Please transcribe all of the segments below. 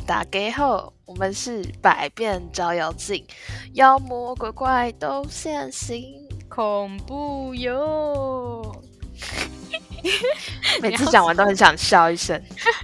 大家好，我们是百变照妖镜，妖魔鬼怪都现形， 恐怖哟！ 每次讲完都很想笑一声。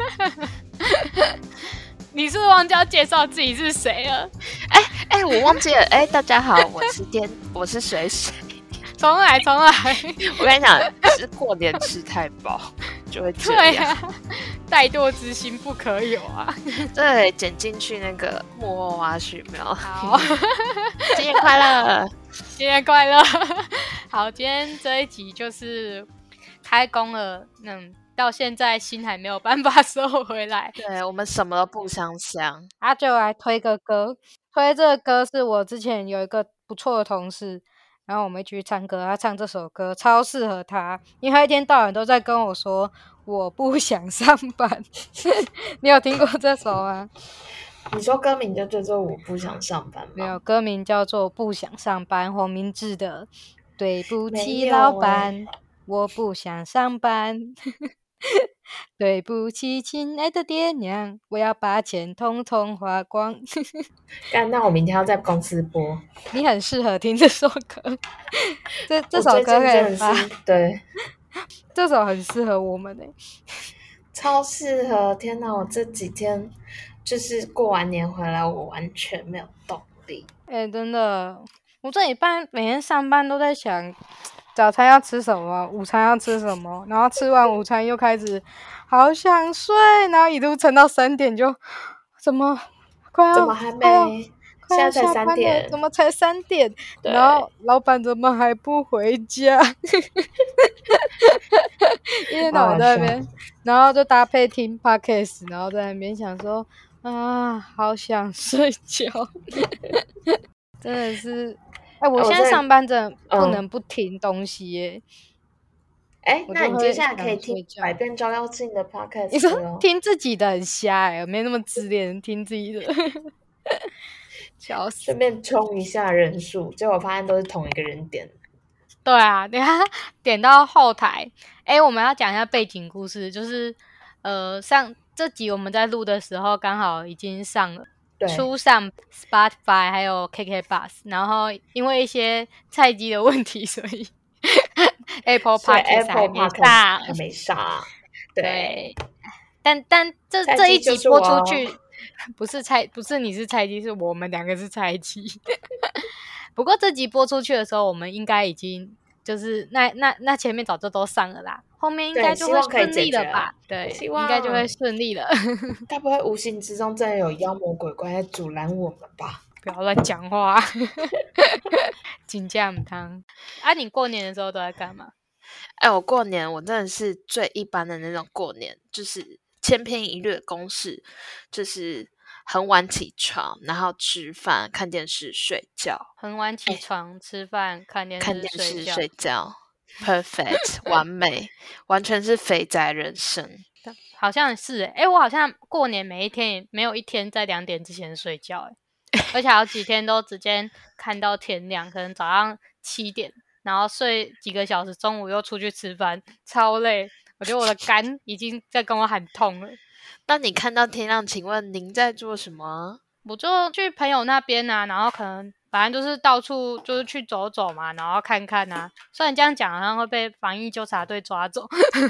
你是不是忘记要介绍自己是谁了？ 我忘记了。大家好，我是水水。 重来！ 我跟你讲，是过年吃太饱就会这样。 对啊，怠惰之心不可有啊！ 对，剪进去那个幕后花絮没有？ 好， 新年快乐！ 新年快乐！好，今天这一集就是开工了，到现在心还没有办法收回来。 对，我们什么都不相像。 就来推个歌，推这个歌是我之前有一个不错的同事。然后我们一起去唱歌，他唱这首歌超适合他，因为他一天到晚都在跟我说我不想上班。你有听过这首吗？ 你说歌名就叫做我不想上班吗？ 没有，歌名叫做不想上班，黄明志的对不起老板，我不想上班。对不起亲爱的爹娘，我要把钱统统花光。 那我明天要在公司播。你很适合听这首歌。这首歌可以发， 对， 这首很适合我们超适合。天哪，我这几天就是过完年回来，我完全没有动力。 真的，我这礼拜每天上班都在想早餐要吃什么，午餐要吃什么，然后吃完午餐又开始好想睡，然后一路撑到3点就怎么还没？现在才3点，怎么才3点？然后老板怎么还不回家？一天到晚在那边，然后就搭配听 podcast， 然后在那边想说啊，好想睡觉，真的是。我现在上班真的不能不听东西耶。 那你接下来可以听百变照妖镜的 podcast。 你说听自己的很瞎没那么自恋，听自己的。笑死！ 顺便冲一下人数，结果发现都是同一个人点。 对啊，等一下点到后台。我们要讲一下背景故事，就是上这集我们在录的时候刚好已经上了。初上 Spotify 还有 KKBOX， 然后因为一些菜鸡的问题，所以Apple Podcast 还没上。对，但这一集播出去，不是你是菜鸡，是我们2个是菜鸡。不过这集播出去的时候，我们应该已经就是那前面早就都上了啦。后面应该就会顺利了吧？对，应该就会顺利了。 该不会无形之中真的有妖魔鬼怪在阻拦我们吧？ 不要乱讲话。金酱汤你过年的时候都在干嘛？ 我过年我真的是最一般的那种过年，就是千篇一律的公式，就是很晚起床，然后吃饭、看电视、睡觉。 很晚起床、吃饭、看电视、 睡觉。Perfect， 完美，完全是肥宅人生。 好像是我好像过年每一天也没有一天在2点之前睡觉而且好几天都直接看到天亮，可能早上7点，然后睡几个小时，中午又出去吃饭，超累。我觉得我的肝已经在跟我喊痛了。 那你看到天亮，请问您在做什么？ 我就去朋友那边然后可能反正就是到处就是去走走嘛，然后看看虽然这样讲好像会被防疫纠察队抓走。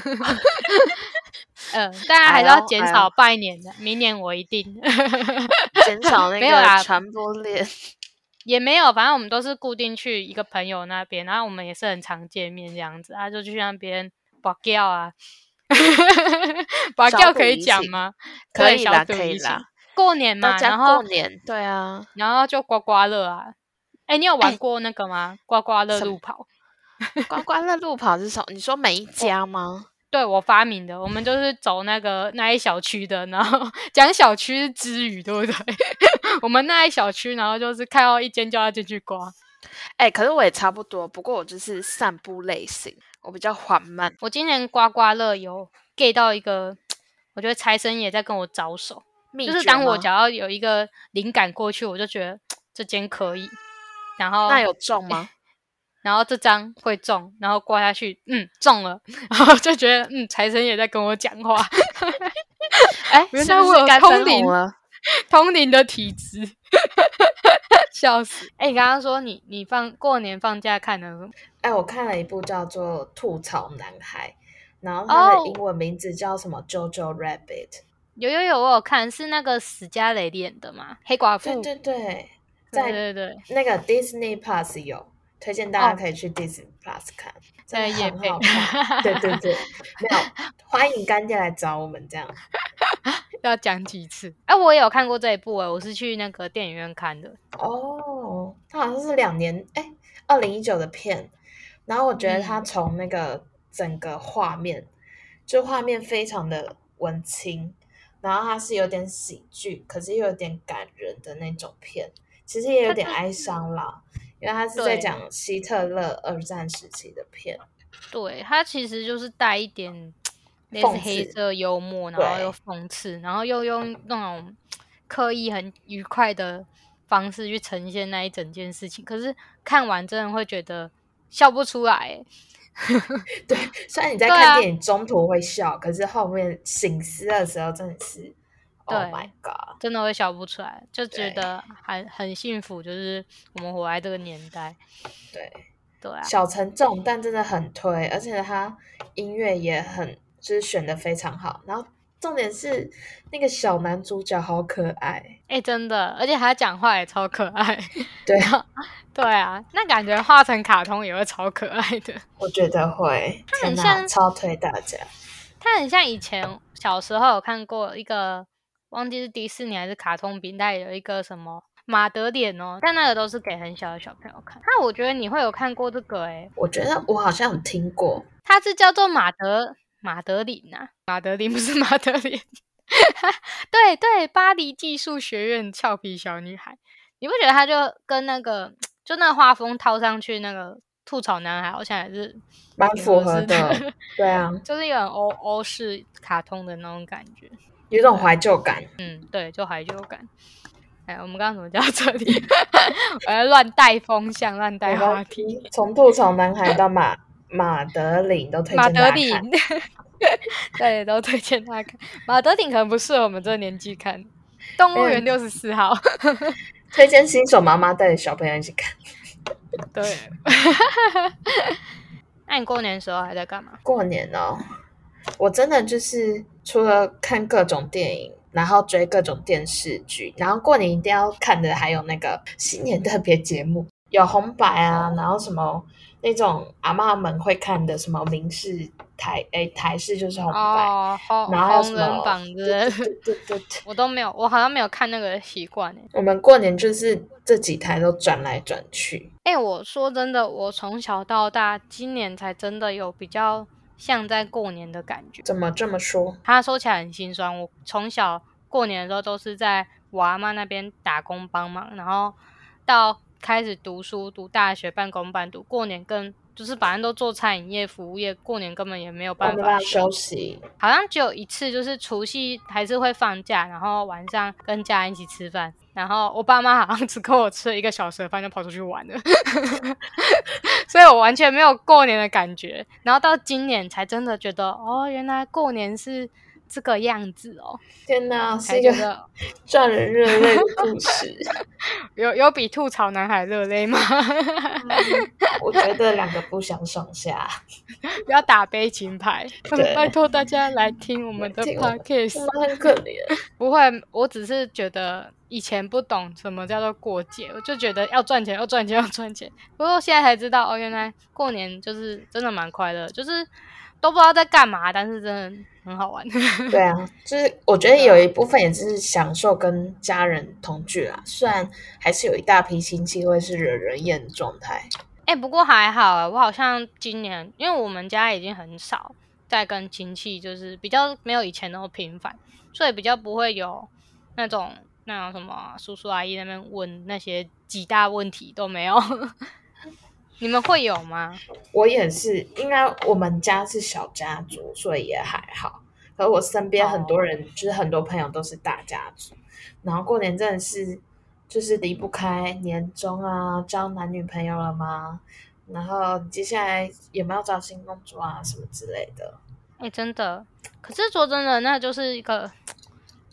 大家还是要减少拜年的，明年我一定减少那个传播链。 也没有，反正我们都是固定去一个朋友那边，然后我们也是很常见面这样子就去那边拔掉拔掉可以讲吗？ 可以啦，可以啦。 过年嘛，然后过年对啊， 然后就刮刮乐你有玩过那个吗？刮刮乐路跑。 刮刮乐路跑是什么？你说每一家吗？ 对，我发明的。我们就是走那一小区的，然后讲小区是之语，对不对？我们那一小区，然后就是看到一间就要进去刮。 可是我也差不多，不过我就是散步类型，我比较缓慢。 我今年刮刮乐有 get 到一个，我觉得财神爷在跟我招手，就是当我只要有一个灵感过去，我就觉得这间可以。然后那有中吗？ 然后这张会中，然后刮下去，中了，然后就觉得财神爷在跟我讲话。 原来我有通灵了。 通灵的体质，笑死！你刚刚说你过年放假看了什么？ 我看了一部叫做《吐槽男孩》，然后它的英文名字叫什么 Jojo Rabbit。 有，我有看，是那个史嘉蕾演的嘛？黑寡妇。 对， 在那个 Disney Plus 有，推荐大家可以去 Disney Plus 看，真的很好看。对，没有，欢迎干爹来找我们这样。 要讲几次？我也有看过这一部我是去那个电影院看的。 它好像是2019的片，然后我觉得它从那个整个画面，就画面非常的文青，然后它是有点喜剧，可是又有点感人的那种片，其实也有点哀伤啦，因为它是在讲希特勒二战时期的片。 对，它其实就是带一点类似黑色幽默，然后又讽刺，然后又用那种刻意很愉快的方式去呈现那一整件事情，可是看完真的会觉得笑不出来对，虽然你在看电影中途会笑，可是后面省思的时候真的是 Oh my god， 真的会笑不出来，就觉得很幸福，就是我们活在这个年代。对啊， 小沉重，但真的很推，而且他音乐也很就是选的非常好，然后重点是那个小男主角好可爱， 真的，而且他讲话也超可爱。 对啊，那感觉画成卡通也会超可爱的。 我觉得会， 他很像， 超推大家。 他很像以前小时候有看过一个，忘记是迪士尼还是卡通频道有一个什么马德莲但那个都是给很小的小朋友看。那我觉得你会有看过这个我觉得我好像有听过， 它是叫做马德琳啊，马德琳不是马德莲。对，巴黎技术学院俏皮小女孩，你不觉得他就跟那个就那个画风套上去，那个吐槽男孩好像也是蛮符合的。对啊， 就是有点欧式卡通的那种感觉， 有种怀旧感。 对，就怀旧感。我们刚刚怎么讲到这里？我在乱带风向，乱带话题。 从吐槽男孩到马德琳都推荐大家看。马德琳对，都推荐他看。马德琳可能不适合我们这个年纪看。动物园64号， 推荐新手妈妈带着小朋友一起看。 对。那你过年的时候还在干嘛？ 过年我真的就是除了看各种电影，然后追各种电视剧，然后过年一定要看的还有那个新年特别节目，有红白啊，然后什么那种阿嬷们会看的什么民视台视就是红白，然后红人榜对， 我都没有，我好像没有看那个习惯我们过年就是这几台都转来转去。 我说真的，我从小到大今年才真的有比较像在过年的感觉。 怎么这么说？ 他说起来很心酸，我从小过年的时候都是在我阿嬷那边打工帮忙，然后到开始读书读大学半工半读，过年就是反正都做餐饮业服务业，过年根本也没有办法休息。 好像只有一次，就是除夕还是会放假，然后晚上跟家人一起吃饭，然后我爸妈好像只跟我吃了1个小时的饭就跑出去玩了。所以我完全没有过年的感觉，然后到今年才真的觉得原来过年是这个样子天哪，是一个赚人热泪的故事。 有比吐槽男孩热泪吗？ 我觉得2个不相上下。 不要打悲情牌，拜托大家来听我们的 podcast。 我们很可怜。 不会，我只是觉得以前不懂什么叫做过节，我就觉得要赚钱。不过现在才知道原来过年就是真的蛮快乐，就是都不知道在干嘛，但是真的很好玩。 对啊，就是我觉得有一部分也是享受跟家人同聚啦，虽然还是有一大批亲戚会是惹人厌的状态。 不过还好我好像今年因为我们家已经很少在跟亲戚，就是比较没有以前那么频繁，所以比较不会有那种什么叔叔阿姨那边问那些几大问题都没有。你们会有吗？ 我也是，应该我们家是小家族，所以也还好。可是我身边很多人，就是很多朋友都是大家族，然后过年真的是就是离不开年终啊，交男女朋友了吗？然后接下来有没有找新工作啊什么之类的？ 真的。可是说真的，那就是一个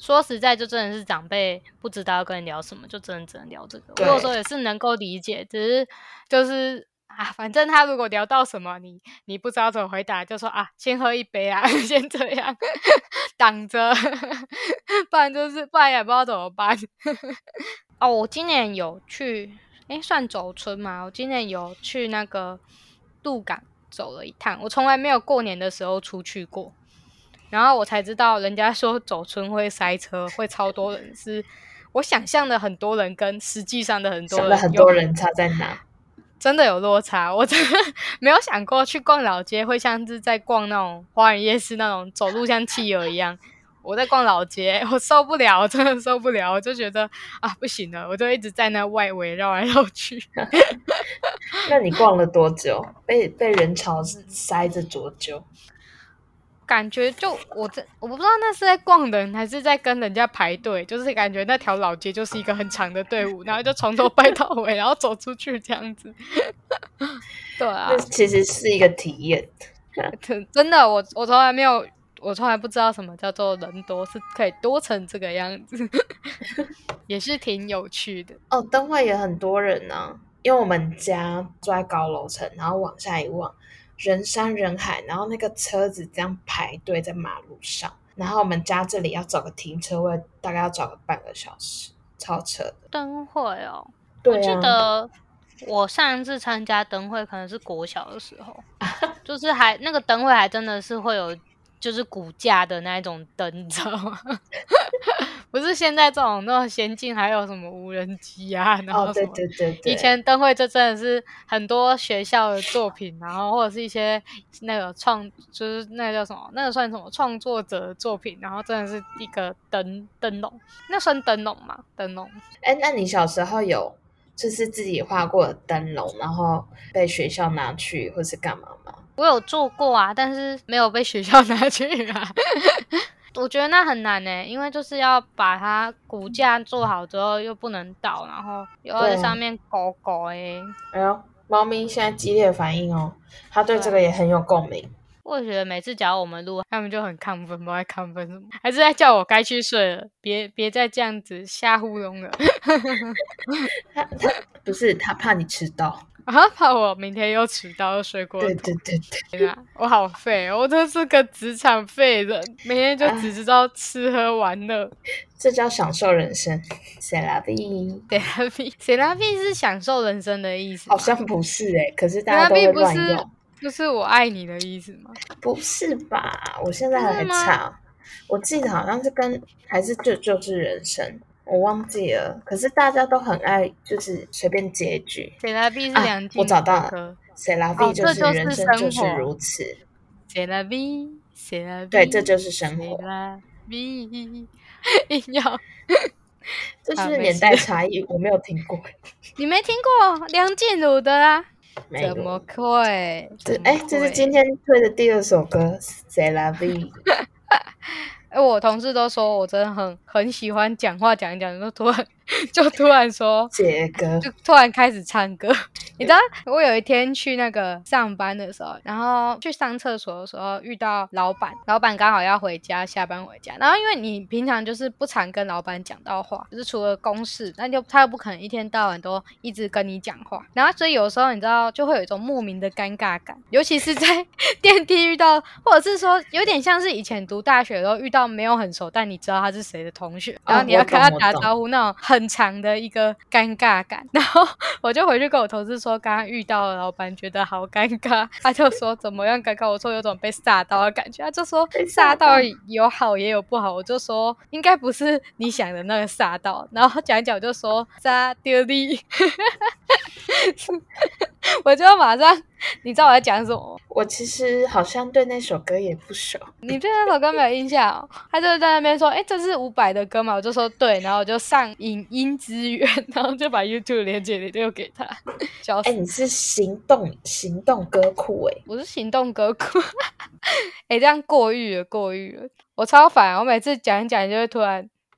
说实在，就真的是长辈不知道要跟你聊什么，就真的只能聊这个。我有时候也是能够理解，只是就是反正他如果聊到什么，你不知道怎么回答，就说先喝一杯啊，先这样挡着，不然也不知道怎么办。我今年有去，算走春嘛？我今年有去那个鹿港走了一趟，我从来没有过年的时候出去过。然后我才知道，人家说走春会塞车，会超多人，是我想象的很多人跟实际上的很多人， 想的很多人差在哪？ 真的有落差。我真的没有想过去逛老街会像是在逛那种花园夜市那种走路像企鹅一样。我在逛老街，我受不了，真的受不了，我就觉得不行了，我就一直在那外围绕来绕去。 那你逛了多久？被人潮塞着多久？ 感觉就我不知道那是在逛人还是在跟人家排队，就是感觉那条老街就是一个很长的队伍，然后就从头拜到尾，然后走出去这样子。对啊， 那其实是一个体验。 真的，我从来没有，我从来不知道什么叫做人多是可以多成这个样子，也是挺有趣的。 灯会也很多人啊，因为我们家住在高楼层，然后往下一望，人山人海，然后那个车子这样排队在马路上，然后我们家这里要找个停车位，大概要找个半个小时，超扯的。 灯会哦， 对啊， 我记得我上一次参加灯会可能是国小的时候，就是那个灯会还真的是会有就是骨架的那一种灯，你知道吗？不是现在这种那种先进，还有什么无人机啊，然后什么对， 以前灯会就真的是很多学校的作品，然后或者是一些那个就是那个叫什么，那个算什么创作者的作品，然后真的是一个灯笼，那算灯笼吗？灯笼。 那你小时候有就是自己画过的灯笼，然后被学校拿去或是干嘛吗？ 我有做过啊，但是没有被学校拿去啊。我觉得那很难欸，因为就是要把它骨架做好之后又不能倒，然后又要在上面勾勾欸。 哎呦，猫咪现在激烈反应哦，它对这个也很有共鸣。 我觉得每次只要我们录，他们就很亢奋，不知道在亢奋什么，还是在叫我该去睡了，别再这样子瞎糊弄了。 他不是他怕你迟到。 怕我明天又迟到又睡过头。 对， 我好废哦，我真是个职场废人，每天就只知道吃喝玩乐。 这叫享受人生。C'est la vie 是享受人生的意思吗？ 好像不是可是大家都会乱用。 就是我爱你的意思吗？ 不是吧？我现在还查，我记得好像是还是就是人生。我忘记了，可是大家都很爱，就是随便接一句。 C'est la vie 是梁静茹的歌， 我找到了，C'est la vie 就是人生就是如此。 C'est la vie， C'est la vie， 对，这就是生活。 C'est la vie， 硬要， 这是年代差异，我没有听过。 你没听过梁静茹的啊？ 怎么会？ 这是今天推的第2首歌，C'est la vie。 我同事都说我真的很喜欢讲话讲一讲，就突然说接歌， 就突然开始唱歌。你知道我有一天去那个上班的时候，然后去上厕所的时候遇到老板刚好要回家，下班回家，然后因为你平常就是不常跟老板讲到话，就是除了公事，那他又不可能一天到晚都一直跟你讲话，然后所以有时候你知道就会有一种莫名的尴尬感，尤其是在电梯遇到，或者是说有点像是以前读大学的时候遇到没有很熟但你知道他是谁的同学，然后你要跟他打招呼，那种很长的一个尴尬感。然后我就回去跟我同事说刚刚遇到了老板，觉得好尴尬，他就说怎么样尴尬，我说有种被煞到的感觉，他就说煞到有好也有不好，我就说应该不是你想的那个煞到，然后讲一讲我就说煞到你我就马上，你知道我在讲什么？ 我其实好像对那首歌也不熟。 你对那首歌没有印象哦？他就在那边说这是伍佰的歌嘛，我就说对，然后我就上影音资源，然后就把 YouTube 连结丢给他。 你是行动歌库我是行动歌库这样过誉了，我超烦，我每次讲一讲就会突然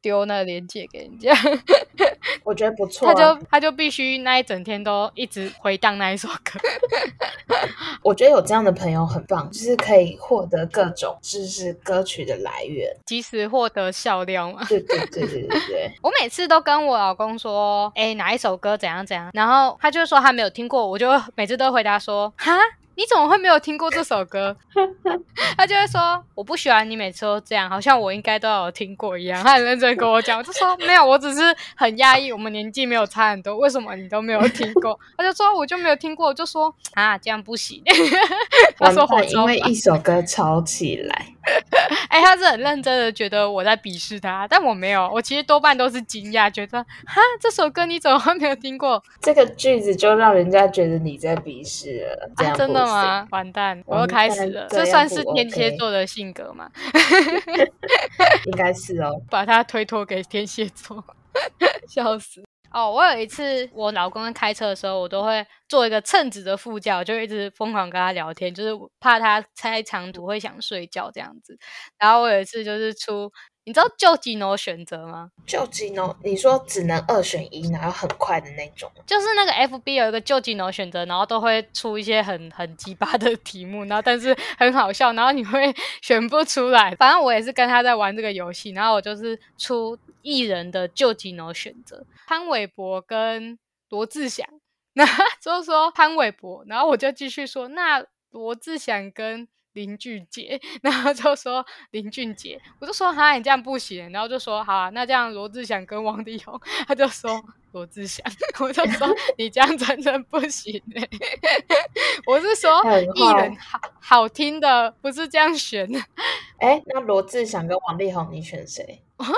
丢那个链接给人家。 我觉得不错啊， 他就必须那一整天都一直回荡那一首歌。 我觉得有这样的朋友很棒，就是可以获得各种知识歌曲的来源， 及时获得笑料嘛。 对对对对对对。 我每次都跟我老公说，哪一首歌怎样怎样，然后他就说他没有听过，我就每次都回答说，哈，你怎么会没有听过这首歌？他就会说我不喜欢你每次都这样，好像我应该都有听过一样。他很认真跟我讲，我就说没有，我只是很压抑，我们年纪没有差很多，为什么你都没有听过？他就说我就没有听过，我就说啊，这样不行。他说我因为一首歌吵起来。 他是很认真的觉得我在鄙视他，但我没有，我其实多半都是惊讶，觉得哈，这首歌你怎么会没有听过？ 这个句子就让人家觉得你在鄙视了，这样真的吗？完蛋，我又开始了，这算是天蝎座的性格吗？ 应该是哦， 把它推脱给天蝎座，笑死。我有一次我老公在开车的时候，我都会做一个称职的副驾，我就一直疯狂跟他聊天，就是怕他开长途会想睡觉这样子。然后我有一次就是你知道就几诺选择吗？ 就几诺，你说只能2选1，然后很快的那种， 就是那个 FB 有一个就几诺选择，然后都会出一些很鸡巴的题目，然后但是很好笑，然后你会选不出来。反正我也是跟他在玩这个游戏，然后我就是出艺人的就几诺选择，潘玮柏跟罗志祥，那就说潘玮柏，然后我就继续说那罗志祥跟林俊杰，然后就说林俊杰，我就说哈你这样不行，然后就说好啊，那这样罗志祥跟王力宏，他就说罗志祥，我就说你这样真的不行我是说艺人好听的不是这样选的。 那罗志祥跟王力宏你选谁？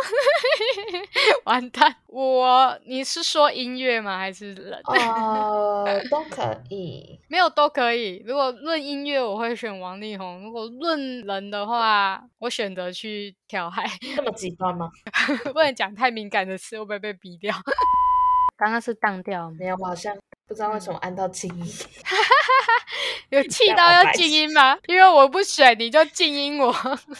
完蛋，你是说音乐吗还是人？ 都可以， 没有都可以。如果论音乐我会选王力宏，如果论人的话我选择去跳海。 这么极端吗？ 不能讲太敏感的事，会不会被逼掉？刚刚是当掉没有，我好像不知道为什么按到静音。 有气到要静音吗？因为我不选你就静音我。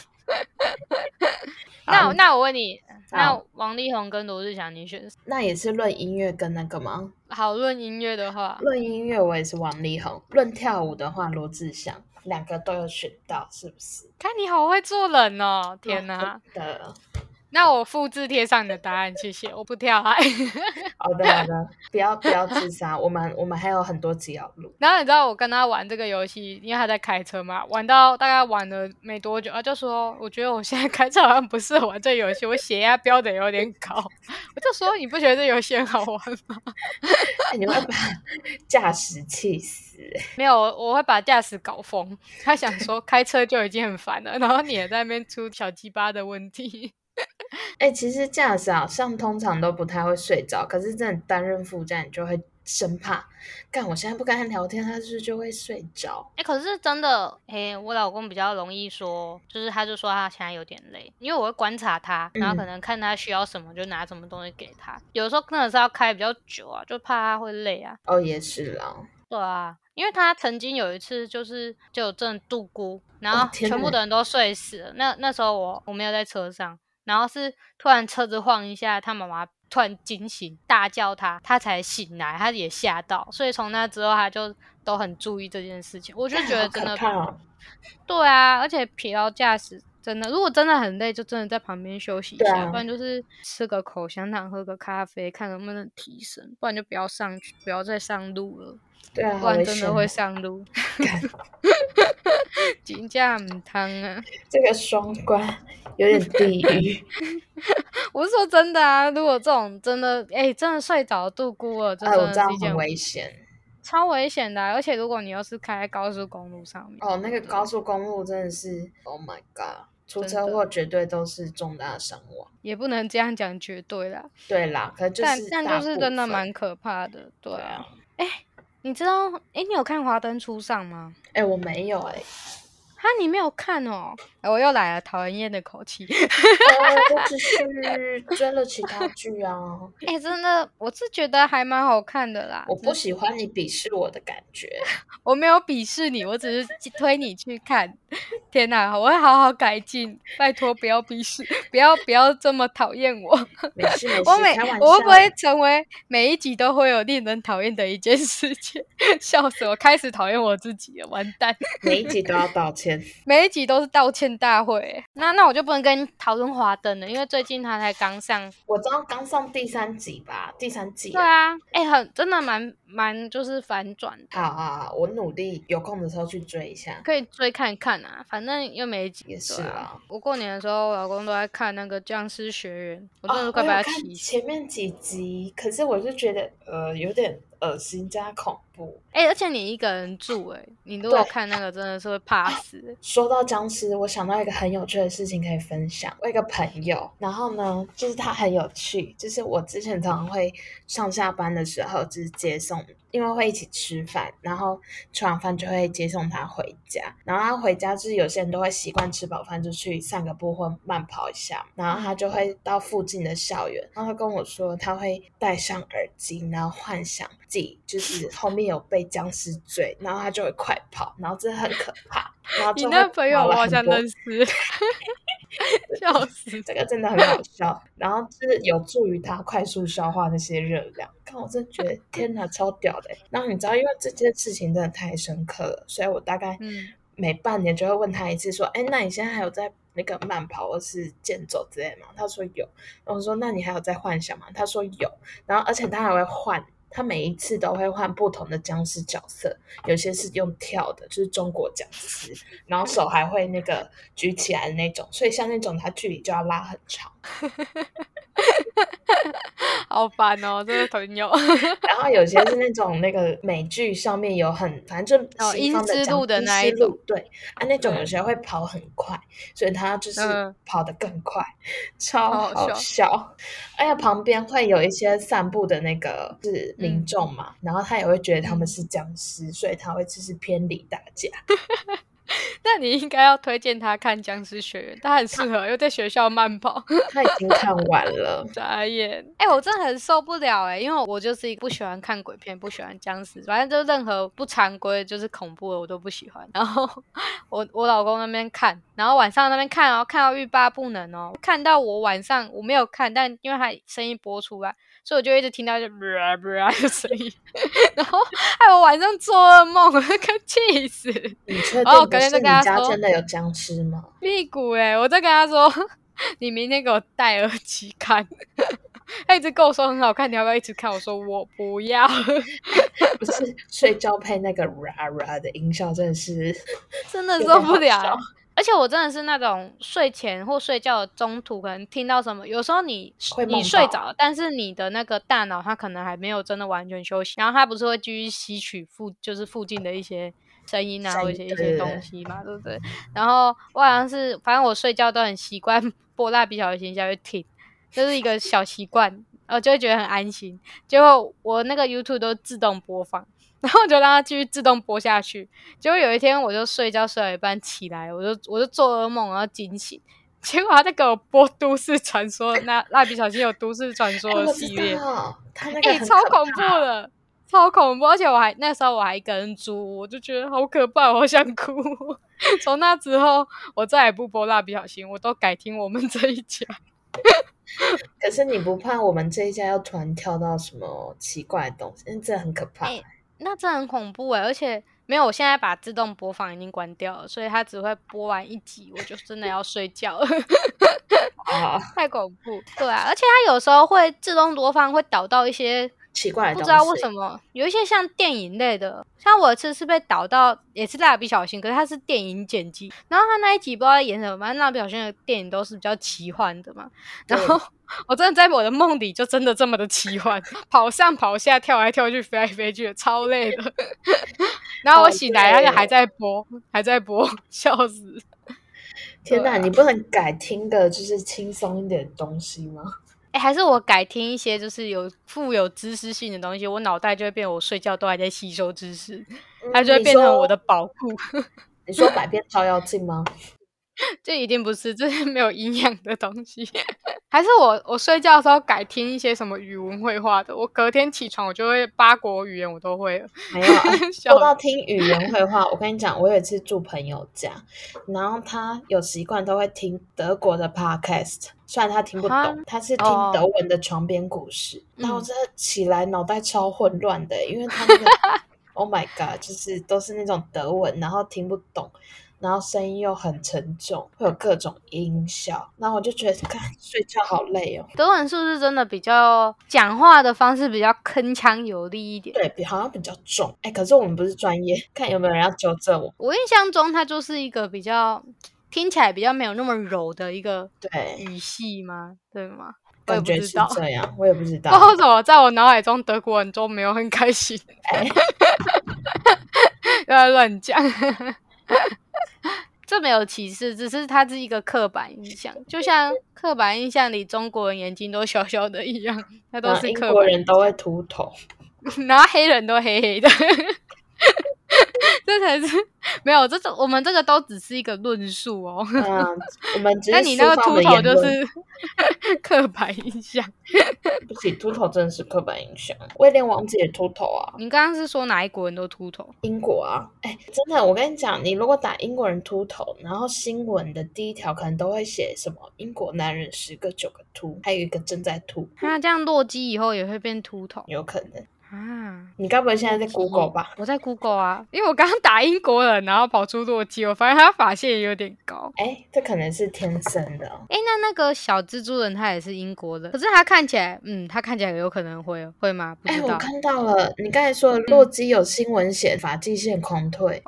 那我问你，那王力宏跟罗志祥你选谁？ 那也是论音乐跟那个吗？ 好，论音乐的话， 论音乐我也是王力宏，论跳舞的话罗志祥，两个都有选到，是不是？ 看你好会做人哦，天哪！那我复制贴上你的答案，谢谢。我不跳海。 好的，不要自杀，我们还有很多集要录。 然后你知道我跟他玩这个游戏，因为他在开车嘛，玩到大概玩了没多久，他就说我觉得我现在开车好像不适合玩这个游戏，我血压飙得有点高。我就说你不觉得这游戏很好玩吗？ 你会把驾驶气死。 没有，我会把驾驶搞疯。他想说开车就已经很烦了，然后你也在那边出小鸡巴的问题。 其实驾驶好像通常都不太会睡着，可是真的担任副驾你就会生怕，干我现在不跟他聊天，他是不是就会睡着？ 可是真的，我老公比较容易说，就是他就说他现在有点累，因为我会观察他，然后可能看他需要什么就拿什么东西给他。有时候真的是要开比较久啊，就怕他会累啊。 也是啦。 对啊，因为他曾经有一次就有阵杜姑，然后全部的人都睡死了。那时候我没有在车上，然后是突然车子晃一下，他妈妈突然惊醒，大叫他才醒来，他也吓到，所以从那之后他就都很注意这件事情。我就觉得真的，对啊，而且疲劳驾驶真的，如果真的很累，就真的在旁边休息一下，不然就是吃个口香糖，喝个咖啡，看能不能提神，不然就不要上去，不要再上路了。 对啊， 不然真的会上路。真的不汤啊！ 这个双关有点地狱。 我是说真的啊，如果这种真的真的睡着度孤了，就真的是一件很危险， 超危险的而且如果你又是开在高速公路上面， 那个高速公路真的是 Oh my god， 出车祸绝对都是重大伤亡。 也不能这样讲绝对啦， 对啦，可就是但就是真的蛮可怕的。对啊，你知道你有看《华灯初上》吗？ 我没有哈， 你没有看哦？我又来了，讨人厌的口气。 我只是追了其他剧啊。 真的，我是觉得还蛮好看的啦。 我不喜欢你鄙视我的感觉。 我没有鄙视你，我只是推你去看。天哪，我会好好改进，拜托不要鄙视，不要这么讨厌我。 没事没事，开玩笑。 我会不会成为每一集都会有令人讨厌的一件事情？笑死我，开始讨厌我自己了，完蛋！ 每一集都要道歉， 每一集都是道歉大会。那我就不能跟你讨论华灯了，因为最近他才刚上。 我知道刚上第3集吧，第3季。 对啊，真的蛮就是反转的。 好，我努力有空的时候去追一下， 可以追看看啊，反正又没几集。 也是啊。 我过年的时候，我老公都在看那个《僵尸学院》，我真的是快被他气死。 前面几集，可是我就觉得有点恶心加恐怖。 而且你一个人住，你如果看那个真的是会怕死。 说到僵尸，我想到一个很有趣的事情可以分享。我有一个朋友，然后呢，就是他很有趣，就是我之前常常会上下班的时候就是接送，因为会一起吃饭，然后吃完饭就会接送他回家。然后他回家就是有些人都会习惯吃饱饭就去散个步或慢跑一下，然后他就会到附近的校园，然后他跟我说他会戴上耳机，然后幻想自己就是后面有被僵尸追，然后他就会快跑，然后真的很可怕。然后你那朋友我好像认识。笑死， 这个真的很好笑。然后就是有助于他快速消化那些热量。看我真的觉得天哪，超屌的。然后你知道因为这件事情真的太深刻了，所以我大概每半年就会问他一次说那你现在还有在那个慢跑或是健走之类吗？他说有。然后我说那你还有在幻想吗？他说有。然后而且他还会换，他每一次都会换不同的僵尸角色，有些是用跳的，就是中国僵尸，然后手还会那个举起来的那种，所以像那种他距离就要拉很长。 好烦哦，这个朋友。 然后有些是那种那个美剧上面有很反正就西方的英之路的那一种， 对那种有些会跑很快，所以他就是跑得更快，超好笑。而且旁边会有一些散步的那个是民众嘛，然后他也会觉得他们是僵尸，所以他会就是偏离大家。 那你应该要推荐他看《僵尸学院》，他很适合，又在学校慢跑。 他已经看完了。 眨眼。我真的很受不了因为我就是一个不喜欢看鬼片，不喜欢僵尸，反正就任何不常规就是恐怖的我都不喜欢。然后我老公那边看，然后晚上那边看看到欲罢不能看到我晚上我没有看，但因为他声音播出来，所以我就一直听到就的声音，然后害我晚上做噩梦，快气死。 你确定不是你家真的有僵尸吗？ 屁股我在跟他说你明天给我戴耳机看。他一直跟我说很好看，你要不要一直看？我说我不要。 不是睡觉配那个的音效真的是真的受不了。而且我真的是那种睡前或睡觉的中途可能听到什么，有时候你睡着了，但是你的那个大脑它可能还没有真的完全休息，然后它不是会继续吸取就是附近的一些声音啊或一些东西嘛，对不对？然后我好像是反正我睡觉都很习惯拨蜡笔小新下去听，这是一个小习惯，就会觉得很安心。结果我那个 YouTube 都自动播放，然后我就让它继续自动播下去。结果有一天我就睡觉睡到一半起来，我就做噩梦，然后惊醒。结果他在给我播都市传说，那蜡笔小新有都市传说的系列， 他那个超恐怖的，超恐怖。而且那时候我还一个人住，我就觉得好可怕，我好想哭。从那之后我再也不播蜡笔小新，我都改听我们这一家。 可是你不怕我们这一家要突然跳到什么奇怪的东西？因为这很可怕。 那真的很恐怖而且没有，我现在把自动播放已经关掉了，所以它只会播完一集，我就真的要睡觉了。太恐怖。对啊，而且它有时候会自动播放，会导到一些奇怪的东西， 不知道为什么有一些像电影类的，像我有一次是被导到也是蜡笔小新，可是它是电影剪辑，然后它那一集不知道在演什么，反正蜡笔小新的电影都是比较奇幻的嘛，然后我真的在我的梦里就真的这么的奇幻，跑上跑下跳来跳去飞来飞去超累的。然后我醒来它就还在播笑死。 天哪，你不能改听个就是轻松一点的东西吗？ 还是我改听一些就是富有知识性的东西，我脑袋就会变，我睡觉都还在吸收知识，它就会变成我的宝库。 你说百变照妖镜吗？ 这一定不是，这是没有营养的东西。还是我睡觉的时候改听一些什么语文绘画的，我隔天起床我就会8国语言我都会了。 没有，说到听语言绘画，我跟你讲，我有一次住朋友家，然后他有习惯都会听德国的 podcast， 虽然他听不懂，他是听德文的床边故事，然后我真的起来脑袋超混乱的，因为他那个Oh my god， 就是都是那种德文，然后听不懂。然后声音又很沉重，会有各种音效，然后我就觉得看睡觉好累哦。 德文是不是真的比较讲话的方式比较铿锵有力一点？ 对，好像比较重。可是我们不是专业，看有没有人要纠正我。 我印象中它就是一个比较听起来比较没有那么柔的一个语系吗？对吗？ 感觉是这样，我也不知道。 不知道为什么在我脑海中德国人都没有很开心。不要乱讲。这没有歧视，只是它是一个刻板印象，就像刻板印象里中国人眼睛都小小的一样，它都是刻板。 英国人都会秃头， 然后黑人都黑黑的。这才是没有，我们这个都只是一个论述哦。 我们只是那你那个秃头就是刻板印象。 不起，秃头真的是刻板印象。威廉王子也秃头啊。 你刚刚是说哪一国人都秃头？ 英国啊，真的，我跟你讲，你如果打英国人秃头，然后新闻的第一条可能都会写什么英国男人10个9个秃，还有一个正在秃。 那这样洛基以后也会变秃头？ 有可能。 啊， 你该不会现在在 Google 吧？ 我在 Google 啊，因为我刚刚打英国人，然后跑出洛基，我发现他发线也有点高。 这可能是天生的。 那个小蜘蛛人他也是英国人，可是他看起来，他看起来有可能会吗？不知道。 我看到了，你刚才说的洛基有新闻写发际线狂退。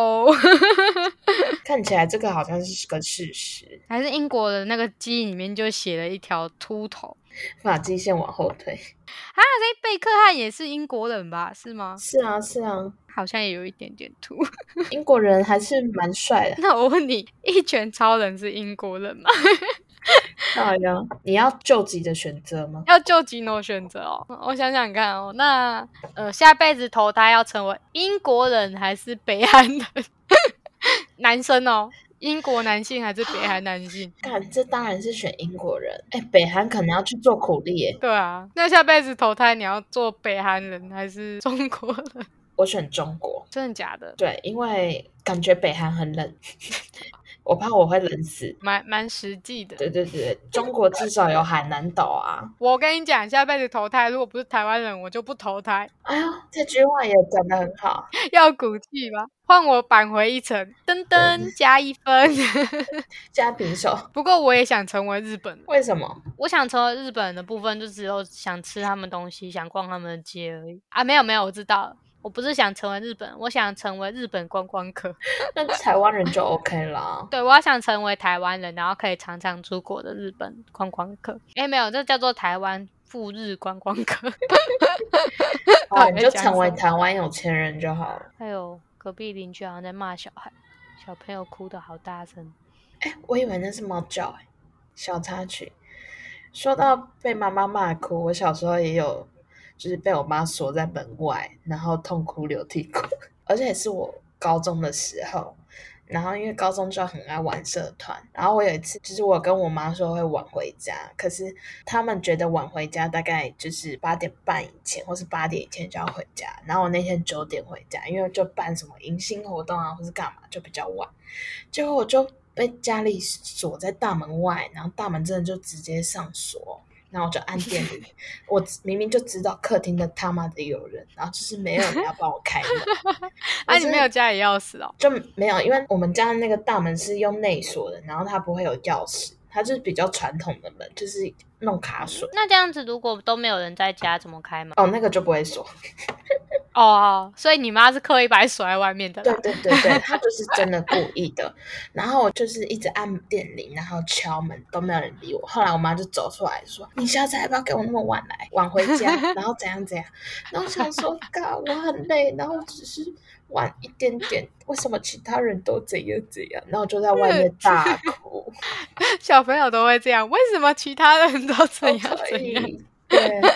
看起来这个好像是个事实。 还是英国的那个基因里面就写了一条秃头。 发际线往后退啊！所以贝克汉也是英国人吧？是吗？ 是啊， 好像也有一点点秃。 英国人还是蛮帅的。 那我问你，一拳超人是英国人吗？ 好呀，你要救急的选择吗？ 要救急的选择哦。我想想看哦，那下辈子投胎要成为英国人还是北韩人？男生哦。英国男性还是北韩男性？ 这当然是选英国人。北韩可能要去做苦力耶。 对啊，那下辈子投胎你要做北韩人还是中国人？ 我选中国。 真的假的？ 对，因为感觉北韩很冷。我怕我会冷死。 蛮实际的。 对，中国至少有海南岛啊。 我跟你讲，下辈子投胎如果不是台湾人，我就不投胎。 哎呦，这句话也讲得很好。 要骨气吗？换我扳回一城，噔噔加1分。 加平手。 不过我也想成为日本人。 为什么？ 我想成为日本人的部分就只有想吃他们东西，想逛他们的街而已啊！没有，我知道了，我不是想成为日本人，我想成为日本观光客。 那台湾人就 OK 啦。 对，我要想成为台湾人，然后可以常常出国的日本观光客。没有，这叫做台湾赴日观光客。 你就成为台湾有钱人就好了。 还有隔壁邻居好像在骂小孩，小朋友哭得好大声。 我以为那是猫叫。小插曲。说到被妈妈骂哭，我小时候也有，就是被我妈锁在门外，然后痛哭流涕哭。而且是我高中的时候，然后因为高中就很爱玩社团，然后我有一次就是我跟我妈说会晚回家，可是他们觉得晚回家大概就是8点半以前或是8点以前就要回家，然后我那天9点回家，因为就办什么迎新活动啊或是干嘛就比较晚，结果我就被家里锁在大门外，然后大门真的就直接上锁，然后我就按电铃。我明明就知道客厅的他妈的有人，然后就是没有人要帮我开门。 你没有家里钥匙哦？ 就没有，因为我们家的那个大门是用内锁的，然后它不会有钥匙，它就是比较传统的门，就是弄卡锁。 那这样子如果都没有人在家怎么开门？ 那个就不会锁。 所以你妈是刻意把你锁在外面的啦。 对，她就是真的故意的。然后我就是一直按电铃，然后敲门都没有人理我。后来我妈就走出来说：“你下次还不要给我那么晚来，晚回家，然后怎样。”然后我想说，我很累，然后只是晚一点点，为什么其他人都怎样？然后我就在外面大哭。 小朋友都会这样，为什么其他人都怎样？ 对。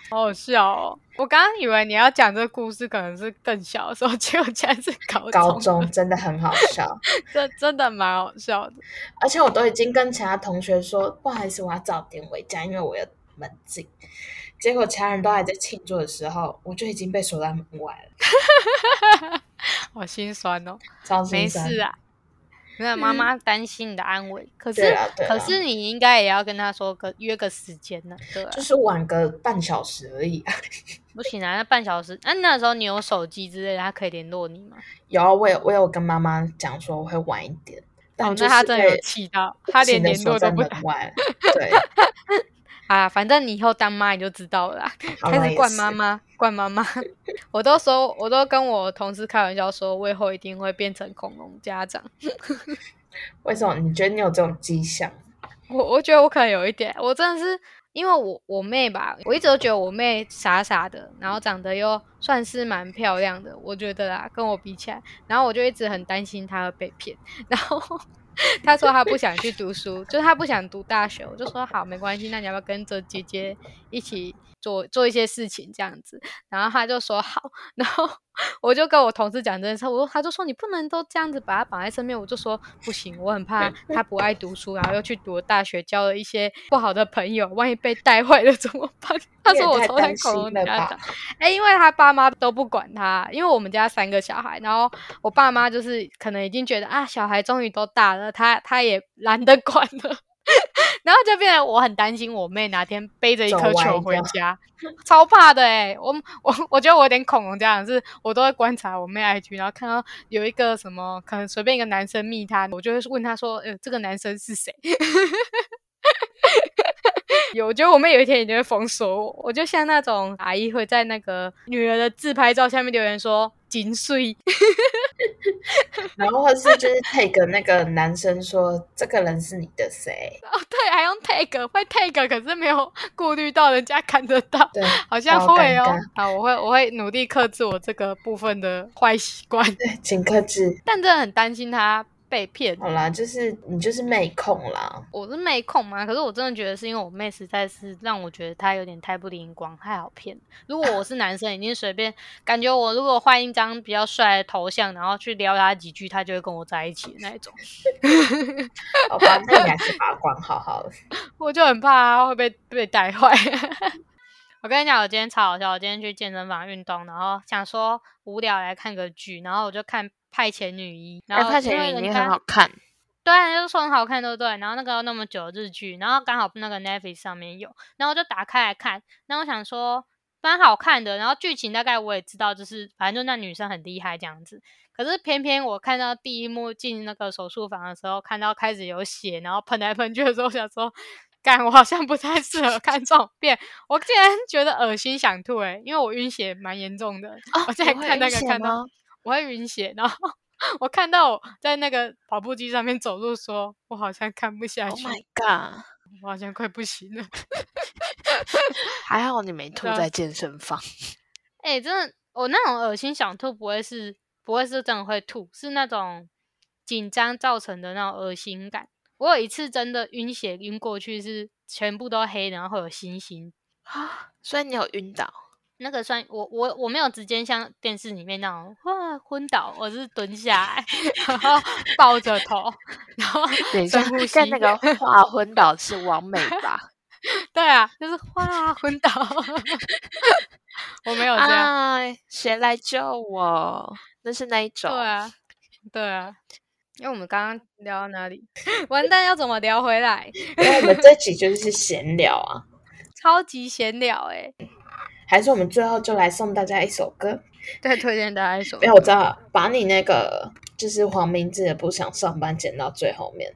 好好笑哦！我刚刚以为你要讲这个故事可能是更小的时候，结果竟然是高中真的很好笑。 这真的蛮好笑的。 而且我都已经跟其他同学说，不好意思，我要早点回家，因为我有门禁。结果其他人都还在庆祝的时候，我就已经被锁在门外了。 好心酸哦。 超心酸。 没事啊，没有妈妈担心你的安危。可是你应该也要跟她说约个时间呢，对啊。 就是晚个半小时而已啊。 不行啊，那半小时。那时候你有手机之类的，她可以联络你吗？ 有啊，我有跟妈妈讲说我会晚一点。但那她真的有气到，她连联络都不打。 对。 啊，反正你以后当妈你就知道了啦。开始惯妈妈，惯妈妈。我都跟我同事开玩笑说，我以后一定会变成恐龙家长。 为什么？你觉得你有这种迹象？ 我觉得我可能有一点，我真的是因为我妹吧，我一直都觉得我妹傻傻的，然后长得又算是蛮漂亮的，我觉得啦，跟我比起来，然后我就一直很担心她会被骗，然后她说她不想去读书，就是她不想读大学，我就说好，没关系，那你要不要跟着姐姐一起做一些事情这样子？然后她就说好，然后我就跟我同事讲这件事，他就说你不能都这样子把她绑在身边，我就说不行，我很怕她不爱读书，然后又去读大学，交了一些不好的朋友，万一被带坏了怎么办？他说我超像恐龙家长，因为他爸妈都不管他，因为我们家3个小孩，然后我爸妈就是可能已经觉得啊，小孩终于都大了，他也懒得管了。然后就变成我很担心我妹哪天背着一颗球回家，超怕的我觉得我有点恐龙家长，是我都会观察我妹 IG， 然后看到有一个什么可能随便一个男生密她，我就会问她说这个男生是谁？我觉得我妹有一天一定会封锁我就像那种阿姨会在那个女儿的自拍照下面留言说金水然后或是就是 tag 那个男生说这个人是你的谁？ 对，还用 tag， 会 tag， 可是没有顾虑到人家看得到， 对， 好像会哦。好，我会努力克制我这个部分的坏习惯。 对，请克制。 但真的很担心他被骗。 好啦，就是你就是妹控啦。 我是妹控嘛，可是我真的觉得是因为我妹实在是让我觉得她有点太不灵光，太好骗。如果我是男生，已经随便感觉我如果换一张比较帅的头像，然后去撩他几句，他就会跟我在一起的那种。 好吧，那你还是把他管好好了。 我就很怕他会被带坏。我跟你讲，我今天超好笑。我今天去健身房运动，然后想说无聊来看个剧，然后我就看《派遣女医》，然后派遣女医很好看， 对，就是说很好看，对不对？然后那个那么久的日剧，然后刚好那个 Netflix 上面有，然后我就打开来看。然后我想说蛮好看的，然后剧情大概我也知道，就是反正就那女生很厉害这样子。可是偏偏我看到第一幕进那个手术房的时候，看到开始有血，然后喷来喷去的时候，我想说干，我好像不太适合看这种片。我竟然觉得恶心想吐因为我晕血蛮严重的。我在看那个看到我会晕血，然后我看到我在那个跑步机上面走路，说我好像看不下去。 Oh my god， 我好像快不行了。 还好你没吐在健身房。 真的，我那种恶心想吐不会是真的会吐，是那种紧张造成的那种恶心感。我有一次真的晕血晕过去，是全部都黑，然后会有星星啊，所以你有晕倒？ 那个算我没有直接像电视里面那种昏倒，我是蹲下来，然后抱着头，然后深呼吸。 看那个画昏倒是完美吧？ 对啊，就是昏倒。我没有这样。 谁来救我？那是那一种。 对啊。因为我们刚刚聊到哪里？完蛋，要怎么聊回来？ 因为我们这集就是闲聊啊， 超级闲聊还是我们最后就来送大家一首歌？ 对，推荐大家一首歌。 没有，我知道，把你那个就是黄明志的《不想上班》剪到最后面。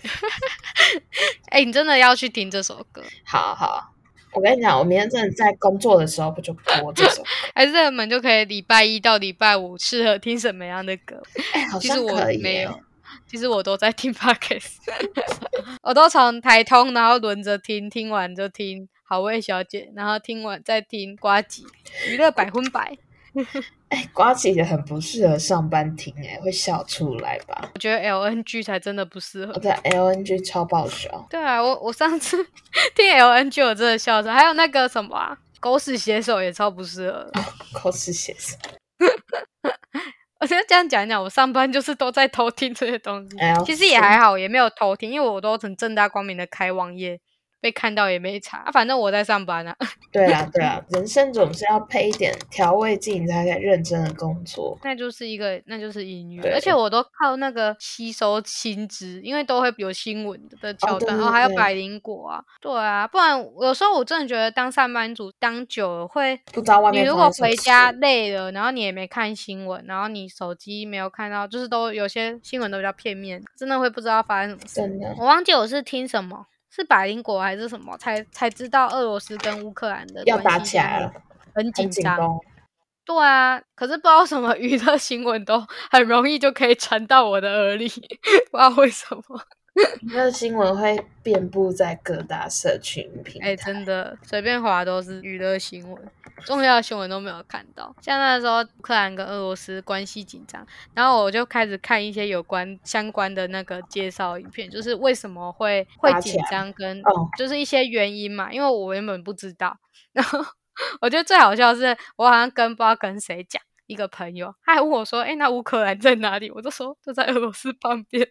你真的要去听这首歌？ 好，我跟你讲，我明天真的在工作的时候不就播这首歌？ 还是我们就可以礼拜一到礼拜五适合听什么样的歌？ 好像可以。 其实我没有，其实我都在听 podcast。 我都从台通然后轮着听，听完就听好味小姐，然后听完再听呱吉娱乐100%。 呱吉的很不适合上班听会笑出来吧？ 我觉得 LNG 才真的不适合。 对，LNG 超爆笑。 对啊，我上次听 LNG 我真的笑着，还有那个什么狗屎写手也超不适合。 狗屎写手。 我觉得这样讲一讲，我上班就是都在偷听这些东西。其实也还好，也没有偷听，因为我都很正大光明的开网页，被看到也没差，反正我在上班啊。 对啊，人生总是要配一点调味剂，你才可以认真的工作。 那就是音乐，而且我都靠那个吸收新知，因为都会有新闻的桥段，还有百灵果啊，对啊，不然有时候我真的觉得当上班族当久了会不知道外面。 你如果回家累了，然后你也没看新闻，然后你手机没有看到，就是都有些新闻都比较片面，真的会不知道发生什么事。 真的， 我忘记我是听什么。是百灵果还是什么才知道俄罗斯跟乌克兰的要打起来了， 很紧张。对啊，可是不知道什么娱乐新闻都很容易就可以传到我的耳里，不知道为什么。 娱乐新闻会遍布在各大社群平台， 真的随便滑都是娱乐新闻，重要的新闻都没有看到。像那时候乌克兰跟俄罗斯关系紧张，然后我就开始看一些相关的那个介绍影片，就是为什么会紧张跟就是一些原因嘛，因为我原本不知道。然后我觉得最好笑的是，我好像不知道跟谁讲，一个朋友他还问我说：“那乌克兰在哪里？”我就说就在俄罗斯旁边。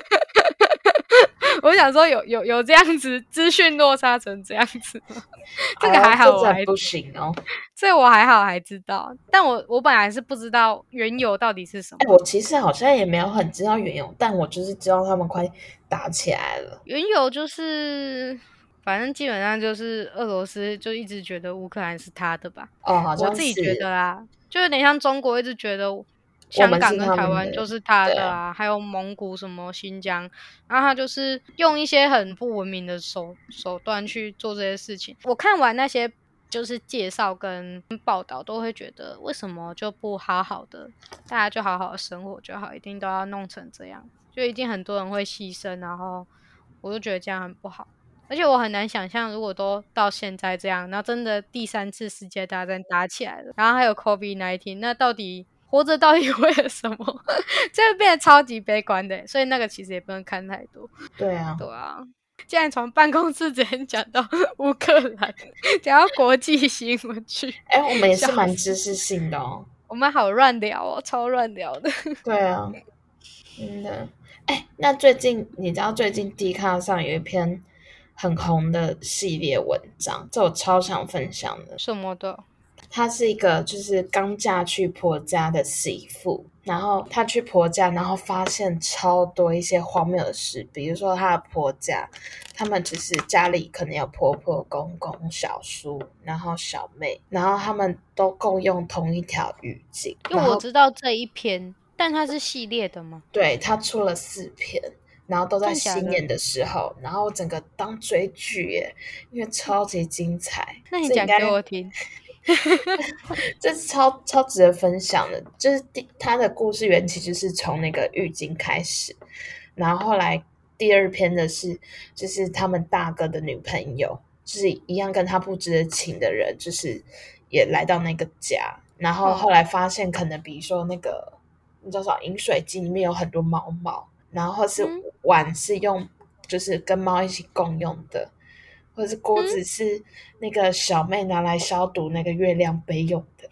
我想说有这样子资讯落差成这样子吗？这个还好我还不行哦， 所以我还好还知道，但我本来是不知道缘由到底是什么。 我其实好像也没有很知道缘由，但我就是知道他们快打起来了。 缘由就是反正基本上就是俄罗斯就一直觉得乌克兰是他的吧。 好像是我自己觉得啦，就有点像中国一直觉得香港跟台湾就是他的啊，还有蒙古什么新疆，然后他就是用一些很不文明的手段去做这些事情。我看完那些就是介绍跟报道，都会觉得为什么就不好好的，大家就好好的生活就好，一定都要弄成这样，就一定很多人会牺牲，然后我就觉得这样很不好。而且我很难想象，如果都到现在这样，然后真的第3次世界大战打起来了，然后还有 COVID-19， 那到底活着到底为了什么？这会变得超级悲观的，所以那个其实也不能看太多。 对啊， 竟然从办公室直接讲到乌克兰，讲到国际新闻去。 我们也是蛮知识性的哦。 我们好乱聊哦，超乱聊的。 对啊，真的。那最近你知道最近 Dcard 上有一篇很红的系列文章，这我超想分享的。 什么的？ 她是一个就是刚嫁去婆家的媳妇，然后她去婆家，然后发现超多一些荒谬的事，比如说她的婆家，他们只是家里可能有婆婆、公公、小叔，然后小妹，然后他们都共用同一条浴巾。 因为我知道这一篇，但它是系列的吗？ 对，他出了4篇，然后都在新年的时候，然后整个当追剧耶，因为超级精彩。 那你讲给我听。 这是超值得分享的，就是他的故事缘起就是从那个浴巾开始，然后后来第2篇的是就是他们大哥的女朋友，就是一样跟他不知的情的人，就是也来到那个家，然后后来发现可能比如说那个你知道饮水机里面有很多毛毛，然后或是碗是用就是跟猫一起共用的，或者是锅子是那个小妹拿来消毒那个月亮杯用的。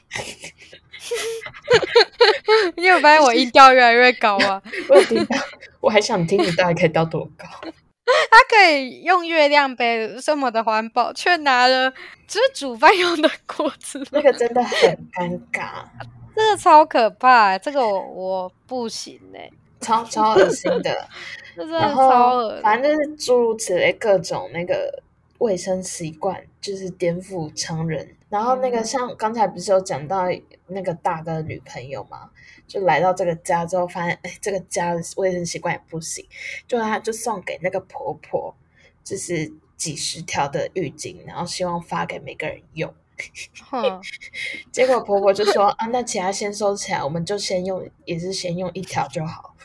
你有发现我音调越来越高啊？ 我有听到，我还想听你到底可以到多高。 他可以用月亮杯这么的环保，却拿了只是煮饭用的锅子， 那个真的很尴尬， 这个超可怕，这个我不行超恶心的。 然后反正就是诸如此类各种那个卫生习惯就是颠覆常人。然后那个像刚才不是有讲到那个大哥的女朋友嘛，就来到这个家之后发现这个家的卫生习惯也不行，就他就送给那个婆婆就是几十条的浴巾，然后希望发给每个人用。结果婆婆就说那其他先收起来，我们就先用1条就好。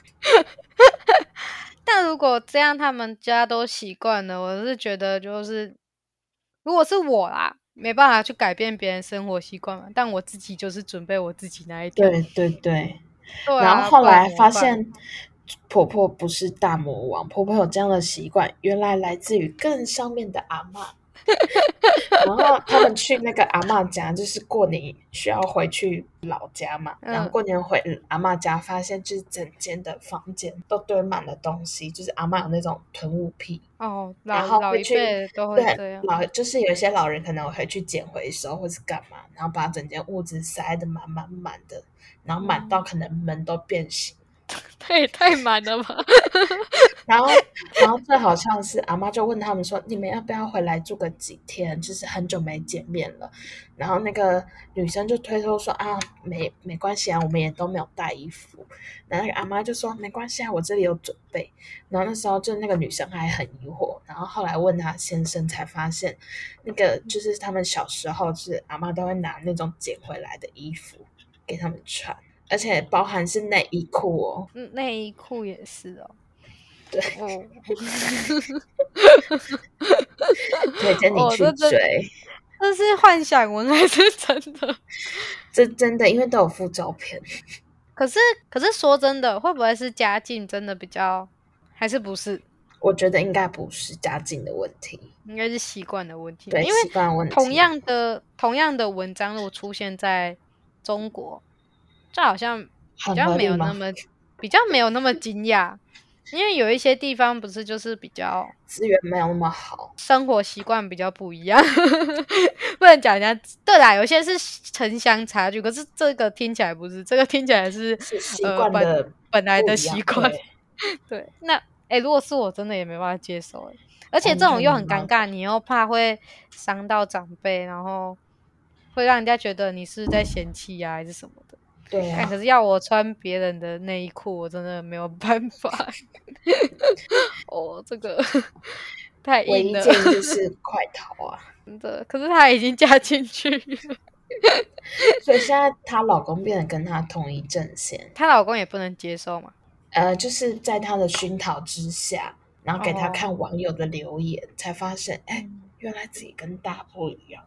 但如果这样他们家都习惯了，我是觉得就是如果是我啦，没办法去改变别人生活习惯嘛，但我自己就是准备我自己那一条。 对、然后后来发现婆婆不是大魔王，婆婆有这样的习惯原来来自于更上面的阿嬷。 然后他们去那个阿嬷家，就是过年需要回去老家嘛，然后过年回阿嬷家，发现就是整间的房间都堆满了东西，就是阿嬷有那种囤物癖哦， 然后老一会去辈都会这样， 就是有一些老人可能会去捡回收或是干嘛，然后把整间屋子塞得满满满的，然后满到可能门都变形。 这也太满了吧。 然后最好笑是阿妈就问他们说，你们要不要回来住个几天，就是很久没见面了。然后那个女生就推脱说啊，没关系啊，我们也都没有带衣服。然后那个阿妈就说没关系啊，我这里有准备。然后那时候就那个女生还很疑惑，然后后来问她先生才发现，那个就是他们小时候是阿妈都会拿那种捡回来的衣服给他们穿，而且包含是内衣裤哦。 内衣裤也是哦。 对哦， 推荐你去追。 这是幻想文还是真的？ 这真的，因为都有附照片。 可是说真的，会不会是家境真的比较，还是不是？ 我觉得应该不是家境的问题， 应该是习惯的问题。 对， 因为习惯问题。 同样的文章如果出现在中国，就好像比较没有那么惊讶。因为有一些地方不是就是比较资源没有那么好， 生活习惯比较不一样，不能讲人家。对啦，有些是城乡差距，可是这个听起来不是，这个听起来是习惯的本来的习惯。对，那如果是我真的也没办法接受而且这种又很尴尬，你又怕会伤到长辈，然后会让人家觉得你是在嫌弃啊还是什么的。 对啊， 可是要我穿别人的内衣裤，我真的没有办法。哦，这个太硬了。 唯一建议就是快逃啊！ 真的，可是她已经嫁进去了， 所以现在她老公变得跟她同一阵线。 她老公也不能接受嘛？ 就是在她的熏陶之下，然后给她看网友的留言，才发现，原来自己跟大不一样。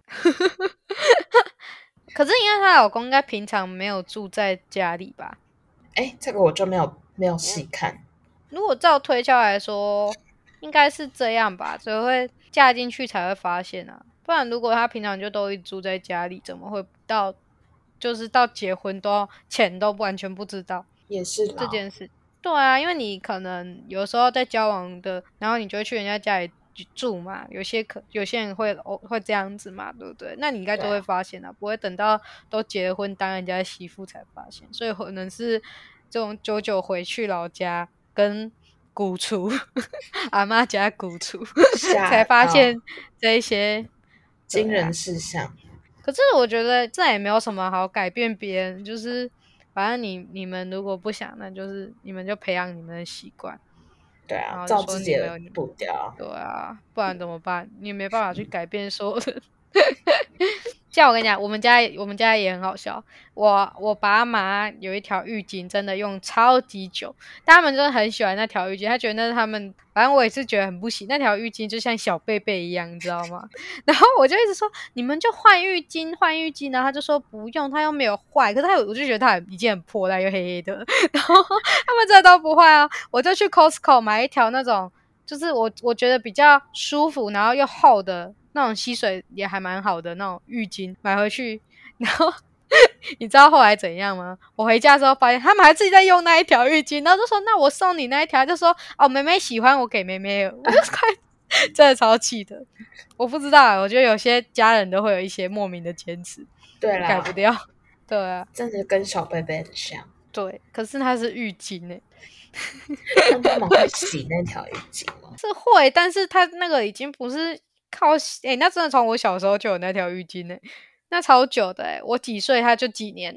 可是因为她老公应该平常没有住在家里吧？ 这个我就没有细看。 如果照推敲来说，应该是这样吧，所以会嫁进去才会发现啊。不然如果她平常就都一直住在家里，怎么会到结婚前都完全不知道？ 也是这件事。对啊，因为你可能有时候在交往的，然后你就会去人家家里住嘛，有些人会这样子嘛，对不对？那你应该都会发现啊，不会等到都结了婚当人家的媳妇才发现。所以可能是这种久久回去老家跟古厝阿嬷家古厝才发现这一些惊人事项。 可是我觉得这也没有什么好改变别人，就是反正你们如果不想，那就是你们就培养你们的习惯。 对啊，照自己的步调。 对啊，不然怎么办？你也没办法去改变所有的。像我跟你讲，我们家也很好笑。我爸妈有一条浴巾，真的用超级久，但他们真的很喜欢那条浴巾，他觉得那是他们，反正我也是觉得很不行。那条浴巾就像小贝贝一样，你知道吗？然后我就一直说你们就换浴巾，然后他就说不用，他又没有坏，可是我就觉得他已经很破烂又黑黑的，然后他们这都不坏啊。我就去 Costco 买一条那种，就是我觉得比较舒服，然后又厚的。那种吸水也还蛮好的那种浴巾买回去，然后你知道后来怎样吗？我回家之后发现他们还自己在用那一条浴巾，然后就说那我送你那一条，就说哦妹妹喜欢我给妹妹了，我就快真的超气的。我不知道，我觉得有些家人都会有一些莫名的坚持， 对啦， 改不掉。对啊， 真的跟小贝贝很像。 对，可是它是浴巾那他们会洗那条浴巾吗？ 是会，但是它那个已经不是靠洗，那真的从我小时候就有那条浴巾那超久的我几岁它就几年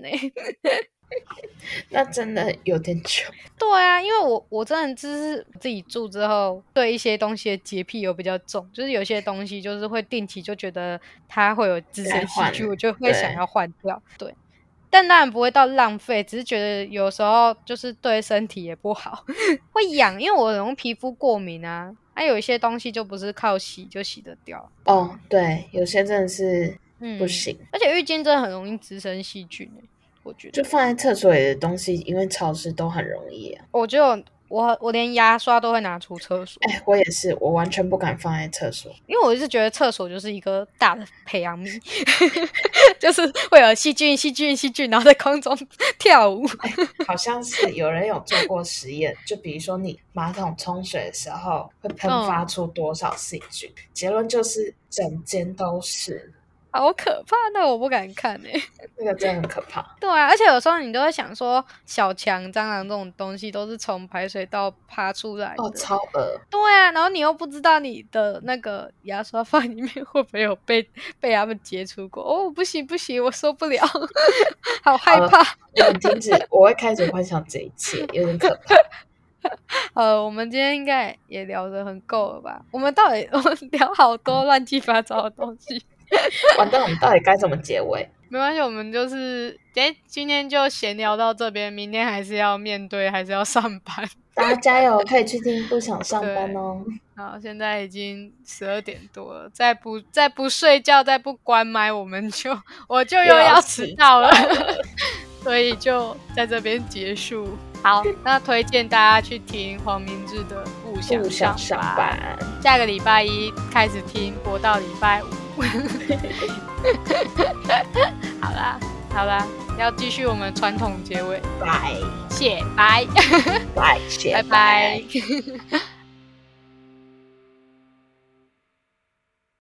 那真的有点久。 对啊，因为我真的就是自己住之后，对一些东西的洁癖有比较重，就是有些东西就是会定期就觉得它会有滋生细菌，我就会想要换掉。对，但当然不会到浪费，只是觉得有时候就是对身体也不好，会痒，因为我容易皮肤过敏啊。有一些东西就不是靠洗就洗得掉。 哦，对，有些真的是不行。 而且浴巾真的很容易滋生细菌我觉得就放在厕所里的东西，因为潮湿都很容易啊。 我就我连牙刷都会拿出厕所。 我也是，我完全不敢放在厕所， 因为我是觉得厕所就是一个大的培养皿，就是会有细菌，然后在空中跳舞。 好像是有人有做过实验，就比如说你马桶冲水的时候会喷发出多少细菌，结论就是整间都是。 好可怕，那我不敢看那个真的很可怕。 对啊，而且有时候你都会想说，小强、蟑螂这种东西都是从排水道爬出来的， 超恶。 对啊，然后你又不知道你的那个牙刷放里面会不会有被他们接触过。不行，我受不了，好害怕。 我们停止，我会开始幻想这一切，有点可怕。 我们今天应该也聊得很够了吧？我们聊好多乱七八糟的东西。 完蛋，我们到底该怎么结尾？ 没关系，我们就是今天就闲聊到这边，明天还是要面对，还是要上班。 大家加油，可以去听不想上班哦。 好，现在已经12点多了，再不睡觉，再不关麦，我就又要迟到了。所以就在这边结束。好，那推荐大家去听黄明志的不想上班，下个礼拜一开始听，播到礼拜5。好啦，要继续我们传统结尾， 拜， 谢拜， 拜，谢拜拜。